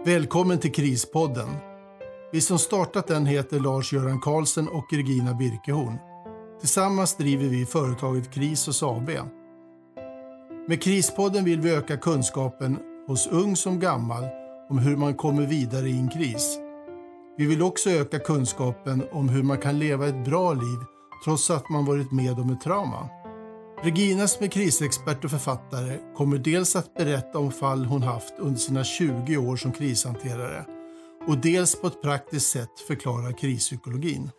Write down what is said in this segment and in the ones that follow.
Välkommen till Krispodden. Vi som startat den heter Lars-Göran Karlsson och Regina Birkehorn. Tillsammans driver vi företaget Krisos AB. Med Krispodden vill vi öka kunskapen hos ung som gammal om hur man kommer vidare i en kris. Vi vill också öka kunskapen om hur man kan leva ett bra liv trots att man varit med om ett trauma. Regina som är krisexpert och författare kommer dels att berätta om fall hon haft under sina 20 år som krishanterare och dels på ett praktiskt sätt förklara krispsykologin.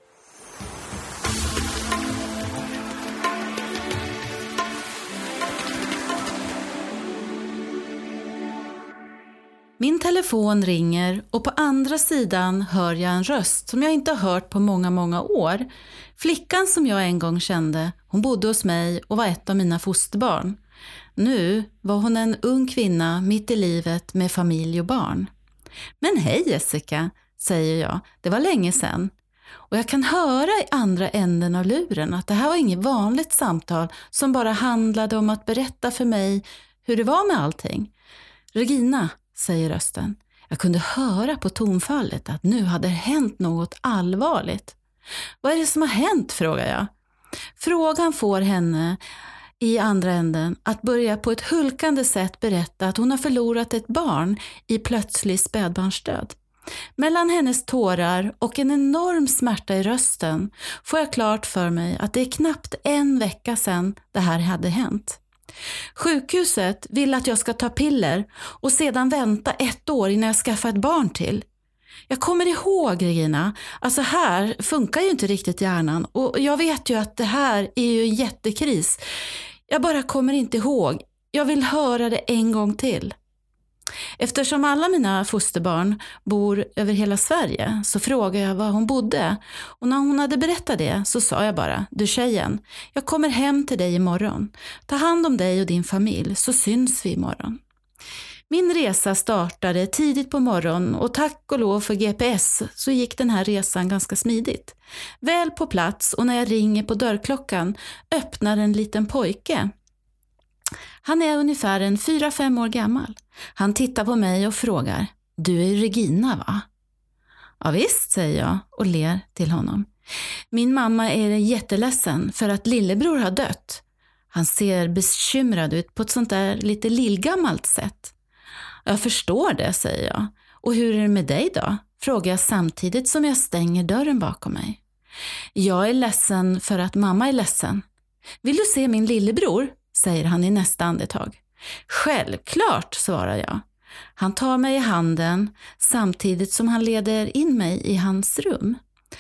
Min telefon ringer och på andra sidan hör jag en röst som jag inte har hört på många år. Flickan som jag en gång kände, hon bodde hos mig och var ett av mina fosterbarn. Nu var hon en ung kvinna mitt i livet med familj och barn. Men hej Jessica, säger jag, det var länge sedan. Och jag kan höra i andra änden av luren att det här var inget vanligt samtal som bara handlade om att berätta för mig hur det var med allting. Regina, säger rösten. Jag kunde höra på tonfallet att nu hade det hänt något allvarligt. Vad är det som har hänt, frågar jag. Frågan får henne i andra änden att börja på ett hulkande sätt berätta att hon har förlorat ett barn i plötslig spädbarnsdöd. Mellan hennes tårar och en enorm smärta i rösten får jag klart för mig att det är knappt en vecka sedan det här hade hänt. Sjukhuset vill att jag ska ta piller och sedan vänta 1 år innan jag skaffar ett barn till. Jag kommer ihåg, Regina, alltså här funkar ju inte riktigt hjärnan och jag vet ju att det här är ju en jättekris. Jag bara kommer inte ihåg. Jag vill höra det en gång till. Eftersom alla mina fosterbarn bor över hela Sverige så frågade jag var hon bodde. Och när hon hade berättat det så sa jag bara, du tjejen, jag kommer hem till dig imorgon. Ta hand om dig och din familj så syns vi imorgon. Min resa startade tidigt på morgon och tack och lov för GPS så gick den här resan ganska smidigt. Väl på plats och när jag ringer på dörrklockan öppnar en liten pojke. Han är ungefär 4-5 år gammal. Han tittar på mig och frågar, du är Regina, va? Ja visst, säger jag och ler till honom. Min mamma är jätteledsen för att lillebror har dött. Han ser bekymrad ut på ett sånt där lite lillgammalt sätt. Jag förstår det, säger jag. Och hur är det med dig då? Frågar jag samtidigt som jag stänger dörren bakom mig. Jag är ledsen för att mamma är ledsen. Vill du se min lillebror? Säger han i nästa andetag. Självklart, svarar jag. Han tar mig i handen samtidigt som han leder in mig i hans rum.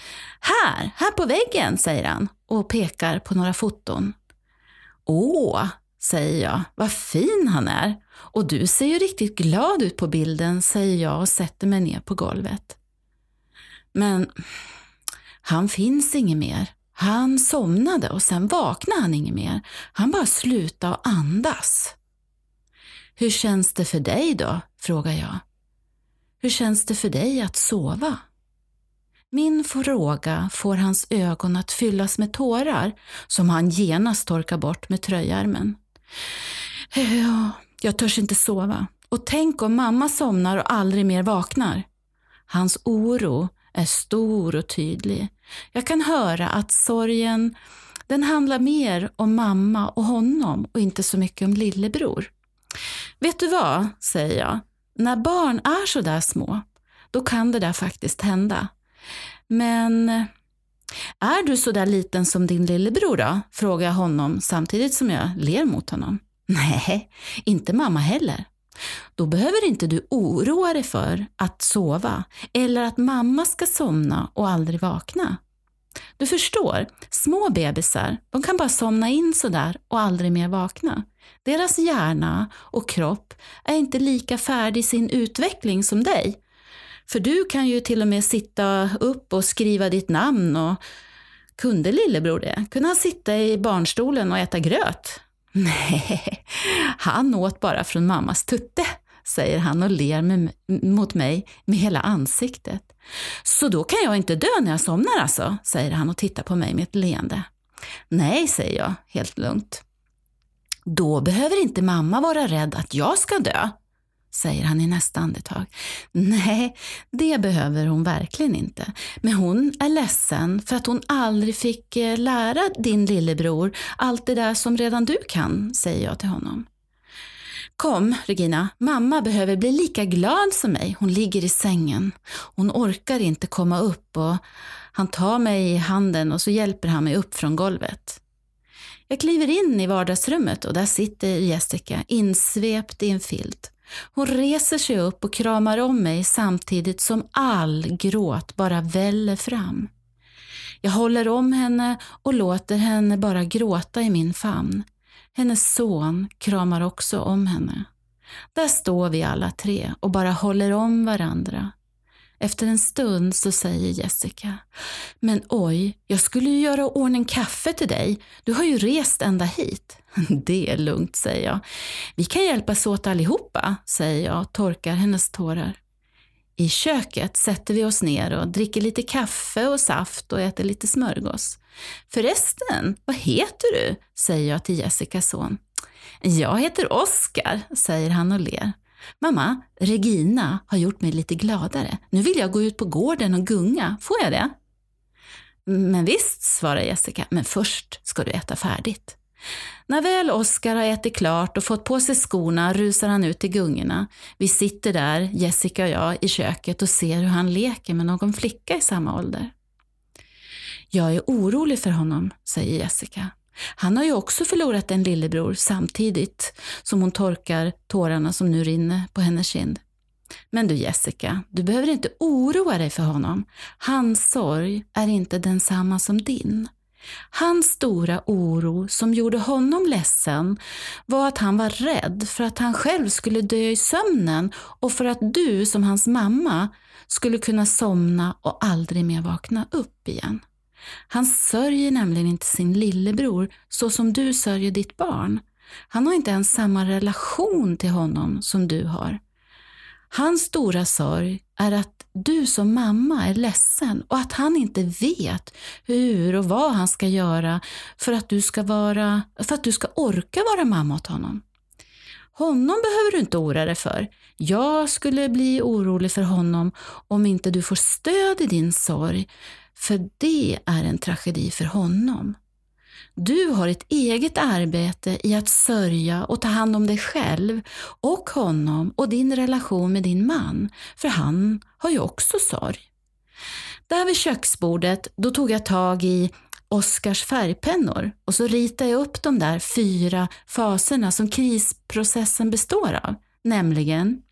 Här på väggen, säger han och pekar på några foton. Åh, säger jag, vad fin han är. Och du ser ju riktigt glad ut på bilden, säger jag och sätter mig ner på golvet. Men han finns inget mer. Han somnade och sen vaknade han inget mer. Han bara slutade att andas. Hur känns det för dig då? Frågar jag. Hur känns det för dig att sova? Min fråga får hans ögon att fyllas med tårar som han genast torkar bort med tröjärmen. Jag törs inte sova. Och tänk om mamma somnar och aldrig mer vaknar. Hans oro är stor och tydlig. Jag kan höra att sorgen, den handlar mer om mamma och honom och inte så mycket om lillebror. Vet du vad, säger jag. När barn är så där små, då kan det där faktiskt hända. Men är du så där liten som din lillebror då? Frågar jag honom samtidigt som jag ler mot honom. Nej, inte mamma heller. Då behöver inte du oroa dig för att sova eller att mamma ska somna och aldrig vakna. Du förstår, små bebisar, de kan bara somna in så där och aldrig mer vakna. Deras hjärna och kropp är inte lika färdig i sin utveckling som dig. För du kan ju till och med sitta upp och skriva ditt namn och kunde lillebror det? Kunde han sitta i barnstolen och äta gröt? Nej, han åt bara från mammas tutte, säger han och ler mot mig med hela ansiktet. Så då kan jag inte dö när jag somnar alltså, säger han och tittar på mig med ett leende. Nej, säger jag helt lugnt. Då behöver inte mamma vara rädd att jag ska dö. säger han i nästa andetag. Nej, det behöver hon verkligen inte. Men hon är ledsen för att hon aldrig fick lära din lillebror allt det där som redan du kan, säger jag till honom. Kom, Regina, mamma behöver bli lika glad som mig. Hon ligger i sängen. Hon orkar inte komma upp och han tar mig i handen och så hjälper han mig upp från golvet. Jag kliver in i vardagsrummet och där sitter Jessica insvept i en filt. Hon reser sig upp och kramar om mig samtidigt som all gråt bara väller fram. Jag håller om henne och låter henne bara gråta i min famn. Hennes son kramar också om henne. Där står vi alla tre och bara håller om varandra. Efter en stund så säger Jessica: men oj, jag skulle ju göra ordning kaffe till dig. Du har ju rest ända hit. Det är lugnt, säger jag. Vi kan hjälpas åt allihopa, säger jag och torkar hennes tårar. I köket sätter vi oss ner och dricker lite kaffe och saft och äter lite smörgås. Förresten, vad heter du? Säger jag till Jessicas son. Jag heter Oskar, säger han och ler. Mamma, Regina har gjort mig lite gladare. Nu vill jag gå ut på gården och gunga. Får jag det? Men visst, svarar Jessica. Men först ska du äta färdigt. När väl Oskar har ätit klart och fått på sig skorna rusar han ut till gungorna. Vi sitter där, Jessica och jag, i köket och ser hur han leker med någon flicka i samma ålder. Jag är orolig för honom, säger Jessica. Han har ju också förlorat en lillebror samtidigt som hon torkar tårarna som nu rinner på hennes kind. Men du Jessica, du behöver inte oroa dig för honom. Hans sorg är inte densamma som din. Hans stora oro som gjorde honom ledsen var att han var rädd för att han själv skulle dö i sömnen och för att du som hans mamma skulle kunna somna och aldrig mer vakna upp igen. Han sörjer nämligen inte sin lillebror så som du sörjer ditt barn. Han har inte ens samma relation till honom som du har. Hans stora sorg är att du som mamma är ledsen och att han inte vet hur och vad han ska göra för att du ska orka vara mamma åt honom. Honom behöver du inte oroa dig för. Jag skulle bli orolig för honom om inte du får stöd i din sorg, för det är en tragedi för honom. Du har ett eget arbete i att sörja och ta hand om dig själv och honom och din relation med din man, för han har ju också sorg. Där vid köksbordet, då tog jag tag i Oskars färgpennor och så ritade jag upp de där 4 faserna som krisprocessen består av, nämligen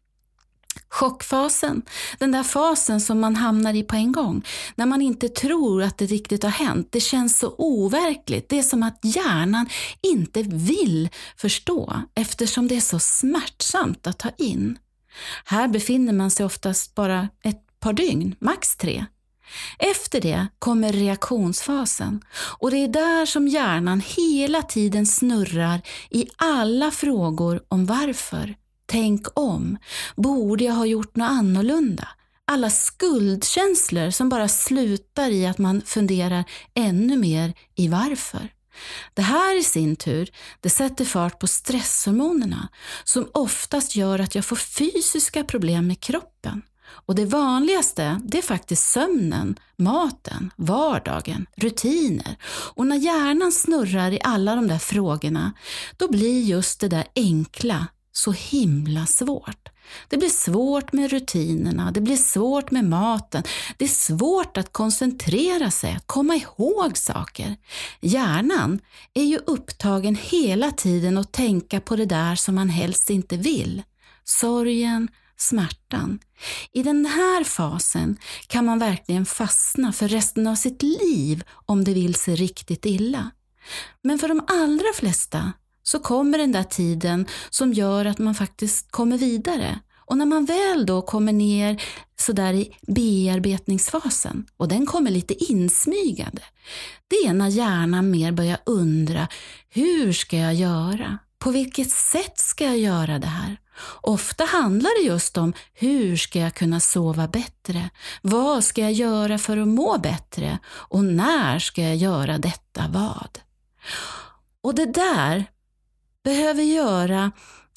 chockfasen, den där fasen som man hamnar i på en gång, när man inte tror att det riktigt har hänt. Det känns så overkligt. Det är som att hjärnan inte vill förstå eftersom det är så smärtsamt att ta in. Här befinner man sig oftast bara ett par dygn, max 3. Efter det kommer reaktionsfasen och det är där som hjärnan hela tiden snurrar i alla frågor om varför. Tänk om. Borde jag ha gjort något annorlunda? Alla skuldkänslor som bara slutar i att man funderar ännu mer i varför. Det här i sin tur, det sätter fart på stresshormonerna som oftast gör att jag får fysiska problem med kroppen. Och det vanligaste, det är faktiskt sömnen, maten, vardagen, rutiner. Och när hjärnan snurrar i alla de där frågorna, då blir just det där enkla så himla svårt. Det blir svårt med rutinerna, det blir svårt med maten, det är svårt att koncentrera sig, att komma ihåg saker. Hjärnan är ju upptagen hela tiden att tänka på det där som man helst inte vill. Sorgen, smärtan. I den här fasen kan man verkligen fastna för resten av sitt liv om det vill sig riktigt illa. Men för de allra flesta så kommer den där tiden som gör att man faktiskt kommer vidare. Och när man väl då kommer ner så där i bearbetningsfasen, och den kommer lite insmygande, det är när hjärnan mer börjar undra, hur ska jag göra? På vilket sätt ska jag göra det här? Ofta handlar det just om hur ska jag kunna sova bättre? Vad ska jag göra för att må bättre? Och när ska jag göra detta vad? Och det där behöver göra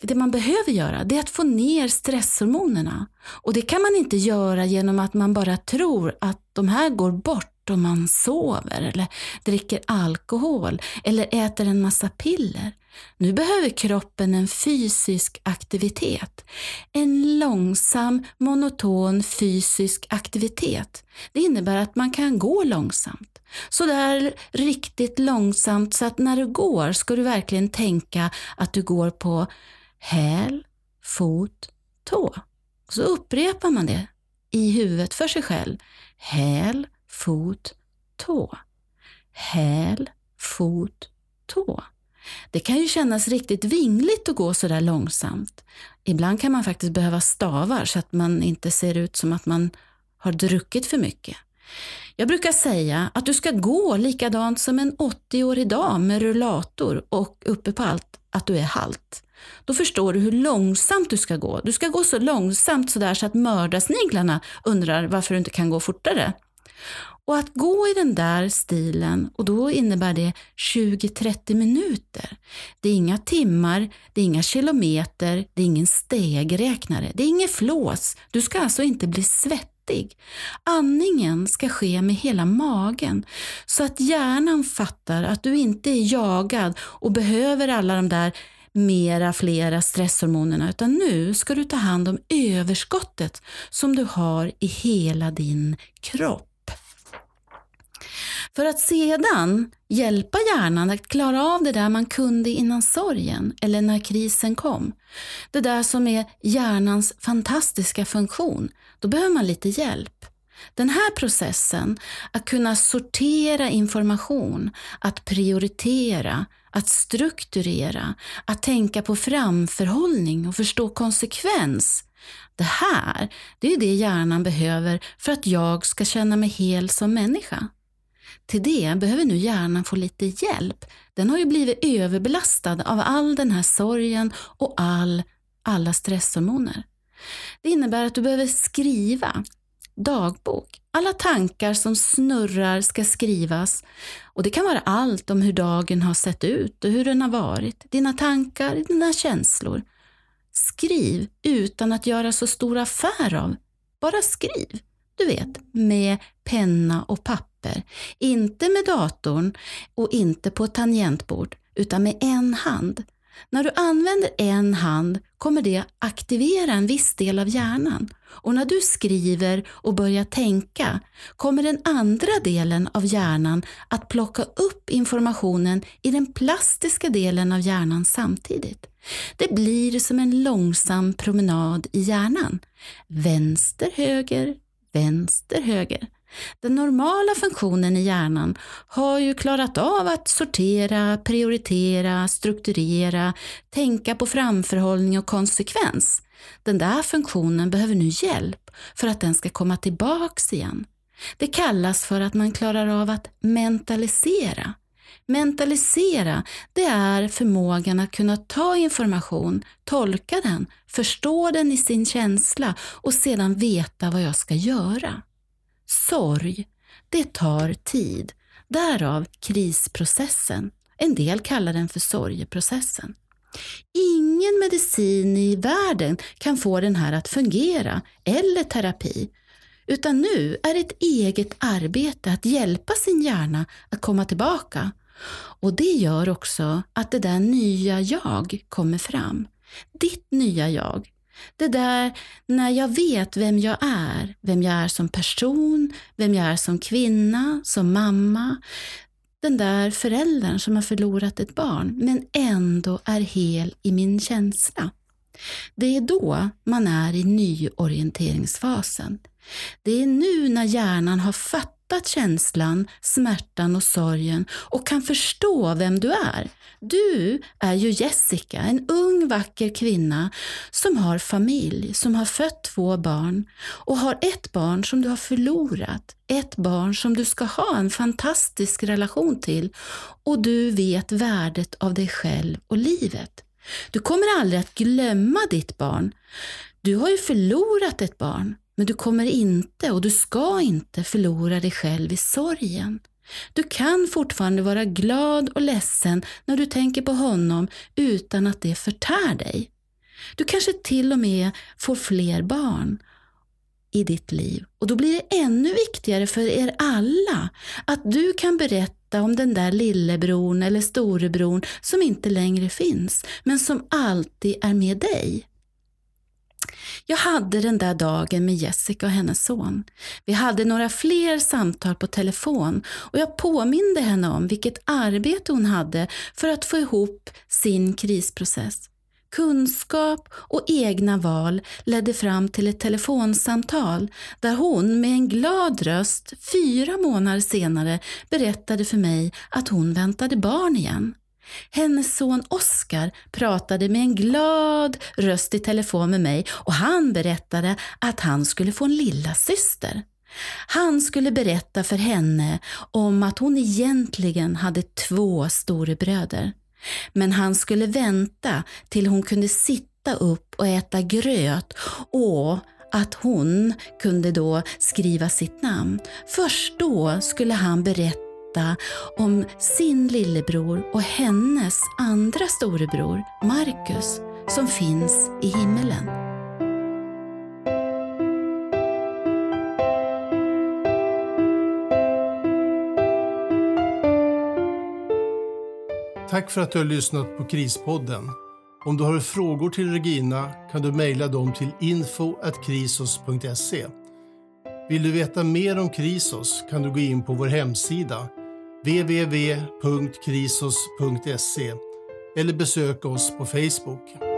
det man behöver göra, det är att få ner stresshormonerna. Och det kan man inte göra genom att man bara tror att de här går bort om man sover eller dricker alkohol eller äter en massa piller. Nu behöver kroppen en fysisk aktivitet. En långsam, monoton fysisk aktivitet. Det innebär att man kan gå långsamt. Så där riktigt långsamt så att när du går ska du verkligen tänka att du går på häl, fot, tå. Och så upprepar man det i huvudet för sig själv. Häl, fot, tå. Häl, fot, tå. Det kan ju kännas riktigt vingligt att gå så där långsamt. Ibland kan man faktiskt behöva stavar så att man inte ser ut som att man har druckit för mycket. Jag brukar säga att du ska gå likadant som en 80-årig dam med rullator och uppe på allt att du är halt. Då förstår du hur långsamt du ska gå. Du ska gå så långsamt så där så att mördarsniglarna undrar varför du inte kan gå fortare. Och att gå i den där stilen, och då innebär det 20-30 minuter. Det är inga timmar, det är inga kilometer, det är ingen stegräknare, det är inget flås. Du ska alltså inte bli svettig. Andningen ska ske med hela magen så att hjärnan fattar att du inte är jagad och behöver alla de där flera stresshormonerna, utan nu ska du ta hand om överskottet som du har i hela din kropp. För att sedan hjälpa hjärnan att klara av det där man kunde innan sorgen eller när krisen kom. Det där som är hjärnans fantastiska funktion. Då behöver man lite hjälp. Den här processen, att kunna sortera information, att prioritera, att strukturera, att tänka på framförhållning och förstå konsekvens. Det är det hjärnan behöver för att jag ska känna mig hel som människa. Till det behöver nu hjärnan få lite hjälp. Den har ju blivit överbelastad av all den här sorgen och alla stresshormoner. Det innebär att du behöver skriva dagbok. Alla tankar som snurrar ska skrivas. Och det kan vara allt om hur dagen har sett ut och hur den har varit. Dina tankar, dina känslor. Skriv utan att göra så stor affär av. Bara skriv. Du vet, med penna och papper. Inte med datorn och inte på ett tangentbord, utan med en hand. När du använder en hand kommer det aktivera en viss del av hjärnan. Och när du skriver och börjar tänka kommer den andra delen av hjärnan att plocka upp informationen i den plastiska delen av hjärnan samtidigt. Det blir som en långsam promenad i hjärnan. Vänster, höger, vänster, höger. Den normala funktionen i hjärnan har ju klarat av att sortera, prioritera, strukturera, tänka på framförhållning och konsekvens. Den där funktionen behöver nu hjälp för att den ska komma tillbaks igen. Det kallas för att man klarar av att mentalisera. Mentalisera, det är förmågan att kunna ta information, tolka den, förstå den i sin känsla och sedan veta vad jag ska göra. Sorg, det tar tid. Därav krisprocessen. En del kallar den för sorgeprocessen. Ingen medicin i världen kan få den här att fungera eller terapi. Utan nu är det ett eget arbete att hjälpa sin hjärna att komma tillbaka. Och det gör också att det där nya jag kommer fram. Ditt nya jag. Det där när jag vet vem jag är som person, vem jag är som kvinna, som mamma. Den där föräldern som har förlorat ett barn men ändå är hel i min känsla. Det är då man är i nyorienteringsfasen. Det är nu när hjärnan har fattat känslan, smärtan och sorgen och kan förstå vem du är. Du är ju Jessica, en ung vacker kvinna som har familj, som har fött 2 barn och har ett barn som du har förlorat. Ett barn som du ska ha en fantastisk relation till och du vet värdet av dig själv och livet. Du kommer aldrig att glömma ditt barn. Du har ju förlorat ett barn, men du kommer inte och du ska inte förlora dig själv i sorgen. Du kan fortfarande vara glad och ledsen när du tänker på honom utan att det förtär dig. Du kanske till och med får fler barn i ditt liv. Och då blir det ännu viktigare för er alla att du kan berätta om den där lillebror eller storebror som inte längre finns, men som alltid är med dig. Jag hade den där dagen med Jessica och hennes son. Vi hade några fler samtal på telefon och jag påminde henne om vilket arbete hon hade för att få ihop sin krisprocess. Kunskap och egna val ledde fram till ett telefonsamtal där hon med en glad röst 4 månader senare berättade för mig att hon väntade barn igen. Hennes son Oskar pratade med en glad röst i telefon med mig och han berättade att han skulle få en lilla syster. Han skulle berätta för henne om att hon egentligen hade 2 storebröder. Men han skulle vänta till hon kunde sitta upp och äta gröt och att hon kunde då skriva sitt namn. Först då skulle han berätta om sin lillebror och hennes andra storebror, Marcus, som finns i himmelen. Tack för att du har lyssnat på Krispodden. Om du har frågor till Regina kan du mejla dem till info@krisos.se. Vill du veta mer om Krisos kan du gå in på vår hemsida www.krisos.se eller besöka oss på Facebook.